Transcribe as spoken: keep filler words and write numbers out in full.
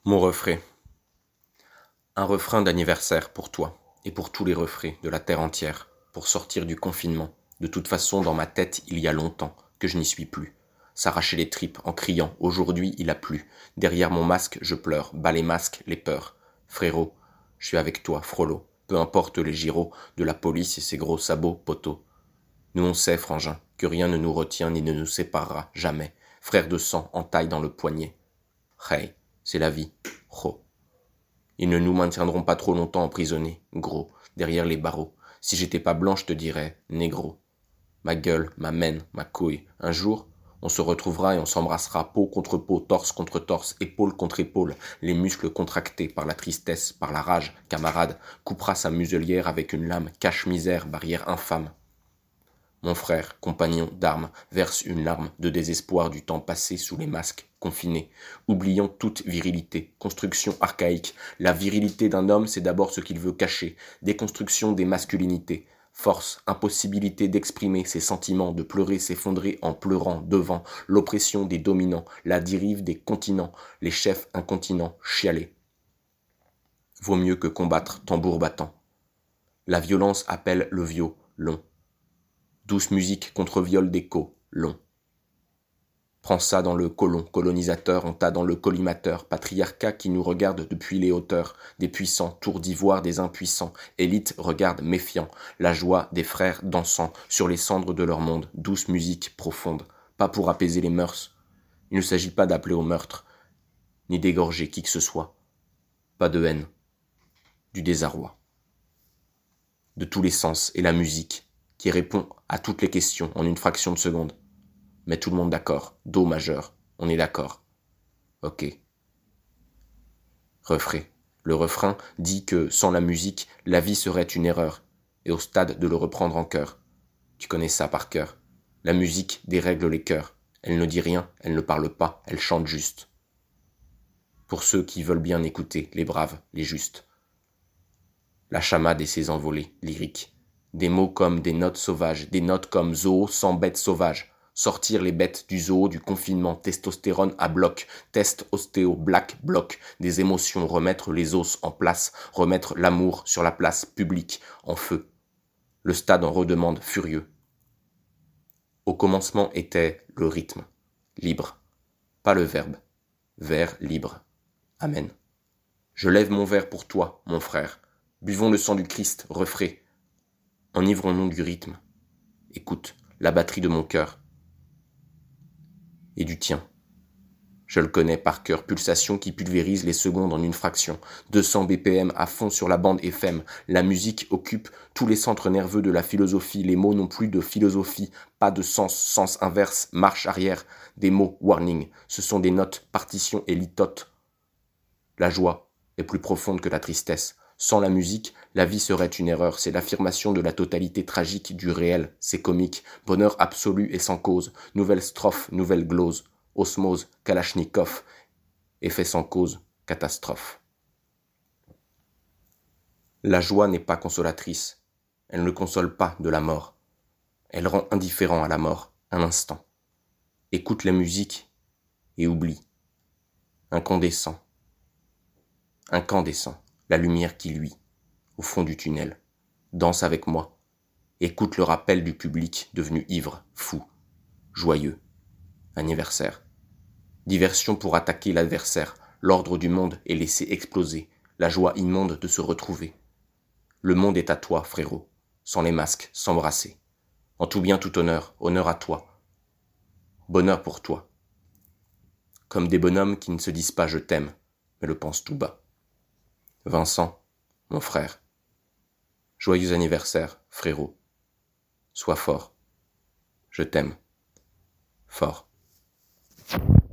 Mon refrain. Un refrain d'anniversaire pour toi et pour tous les refrains de la terre entière, pour sortir du confinement. De toute façon, dans ma tête, il y a longtemps que je n'y suis plus. S'arracher les tripes en criant « Aujourd'hui, il a plu ». Derrière mon masque, je pleure, bas les masques, les peurs. Frérot, je suis avec toi, frollo. Peu importe les gyros de la police et ses gros sabots, poteau. Nous on sait, frangin, que rien ne nous retient ni ne nous séparera, jamais. Frère de sang, entaille dans le poignet. Hey, c'est la vie, ho. Ils ne nous maintiendront pas trop longtemps emprisonnés, gros, derrière les barreaux. Si j'étais pas blanc, je te dirais, négro. Ma gueule, ma mène, ma couille. Un jour, on se retrouvera et on s'embrassera peau contre peau, torse contre torse, épaule contre épaule, les muscles contractés par la tristesse, par la rage. Camarade coupera sa muselière avec une lame, cache-misère, barrière infâme. Mon frère, compagnon d'armes, verse une larme de désespoir du temps passé sous les masques, confinés, oubliant toute virilité, construction archaïque. La virilité d'un homme, c'est d'abord ce qu'il veut cacher, déconstruction des masculinités, force, impossibilité d'exprimer ses sentiments, de pleurer, s'effondrer en pleurant devant l'oppression des dominants, la dérive des continents, les chefs incontinents, chialer. Vaut mieux que combattre tambour battant. La violence appelle le violon. Douce musique contre viol d'écho, long. Prends ça dans le colon, colonisateur, on t'a dans le collimateur, patriarcat qui nous regarde depuis les hauteurs, des puissants, tours d'ivoire des impuissants, élite regarde méfiant, la joie des frères dansant sur les cendres de leur monde, douce musique profonde, pas pour apaiser les mœurs. Il ne s'agit pas d'appeler au meurtre, ni d'égorger qui que ce soit, pas de haine, du désarroi. De tous les sens, et la musique, qui répond à toutes les questions en une fraction de seconde. Mais tout le monde d'accord, Do majeur, on est d'accord. Ok. Refrain. Le refrain dit que sans la musique, la vie serait une erreur, et au stade de le reprendre en chœur. Tu connais ça par cœur. La musique dérègle les cœurs. Elle ne dit rien, elle ne parle pas, elle chante juste. Pour ceux qui veulent bien écouter, les braves, les justes. La chamade et ses envolées lyriques. Des mots comme des notes sauvages, des notes comme zoo sans bêtes sauvages. Sortir les bêtes du zoo, du confinement, testostérone à bloc, test ostéo, black bloc, des émotions, remettre les os en place, remettre l'amour sur la place publique, en feu. Le stade en redemande furieux. Au commencement était le rythme, libre, pas le verbe, vers libre. Amen. Je lève mon verre pour toi, mon frère. Buvons le sang du Christ, refrain. Enivrons-nous du rythme. Écoute, la batterie de mon cœur. Et du tien. Je le connais par cœur, pulsation qui pulvérise les secondes en une fraction. deux cents B P M à fond sur la bande F M. La musique occupe tous les centres nerveux de la philosophie. Les mots n'ont plus de philosophie, pas de sens, sens inverse, marche arrière. Des mots, warning. Ce sont des notes, partitions et litotes. La joie est plus profonde que la tristesse. Sans la musique, la vie serait une erreur. C'est l'affirmation de la totalité tragique du réel. C'est comique. Bonheur absolu et sans cause. Nouvelle strophe, nouvelle glose. Osmose, Kalachnikov. Effet sans cause, catastrophe. La joie n'est pas consolatrice. Elle ne console pas de la mort. Elle rend indifférent à la mort, un instant. Écoute la musique et oublie. Incandescent. Incandescent. La lumière qui luit, au fond du tunnel. Danse avec moi. Écoute le rappel du public devenu ivre, fou, joyeux. Anniversaire. Diversion pour attaquer l'adversaire. L'ordre du monde est laissé exploser. La joie immonde de se retrouver. Le monde est à toi, frérot. Sans les masques, s'embrasser. En tout bien, tout honneur, honneur à toi. Bonheur pour toi. Comme des bonhommes qui ne se disent pas je t'aime, mais le pensent tout bas. Vincent, mon frère. Joyeux anniversaire, frérot. Sois fort. Je t'aime. Fort.